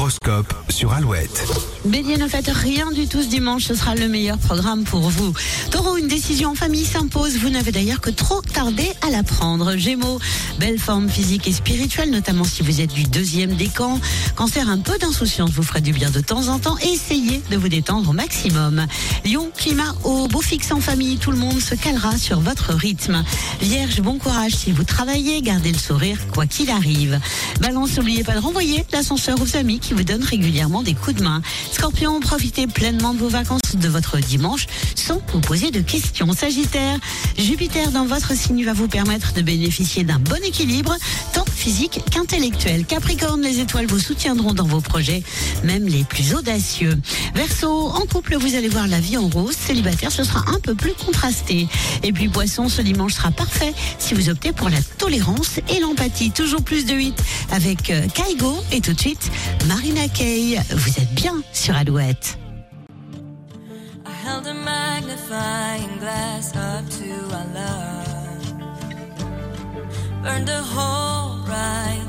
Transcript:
L'horoscope sur Alouette. Bélier, ne faites rien du tout ce dimanche, ce sera le meilleur programme pour vous. Taureau, une décision en famille s'impose, vous n'avez d'ailleurs que trop tardé à la prendre. Gémeaux, belle forme physique et spirituelle, notamment si vous êtes du deuxième décan. Cancer, un peu d'insouciance vous fera du bien de temps en temps, essayez de vous détendre au maximum. Lion, climat au beau fixe en famille, tout le monde se calera sur votre rythme. Vierge, bon courage si vous travaillez, gardez le sourire quoi qu'il arrive. Balance, n'oubliez pas de renvoyer l'ascenseur aux amis qui vous donnent régulièrement des coups de main. Scorpion, profitez pleinement de vos vacances de votre dimanche sans vous poser de questions. Sagittaire, Jupiter dans votre signe va vous permettre de bénéficier d'un bon équilibre, tant physique qu'intellectuel. Capricorne, les étoiles vous soutiendront dans vos projets, même les plus audacieux. Verseau, en couple, vous allez voir la vie en rose. Célibataire, ce sera un peu plus contrasté. Et puis Poisson, ce dimanche sera parfait si vous optez pour la tolérance et l'empathie. Toujours plus de 8 avec Kaigo et tout de suite Marina Kaye. Vous êtes bien sur Alouette. I held a magnifying glass up to our love, burned a hole right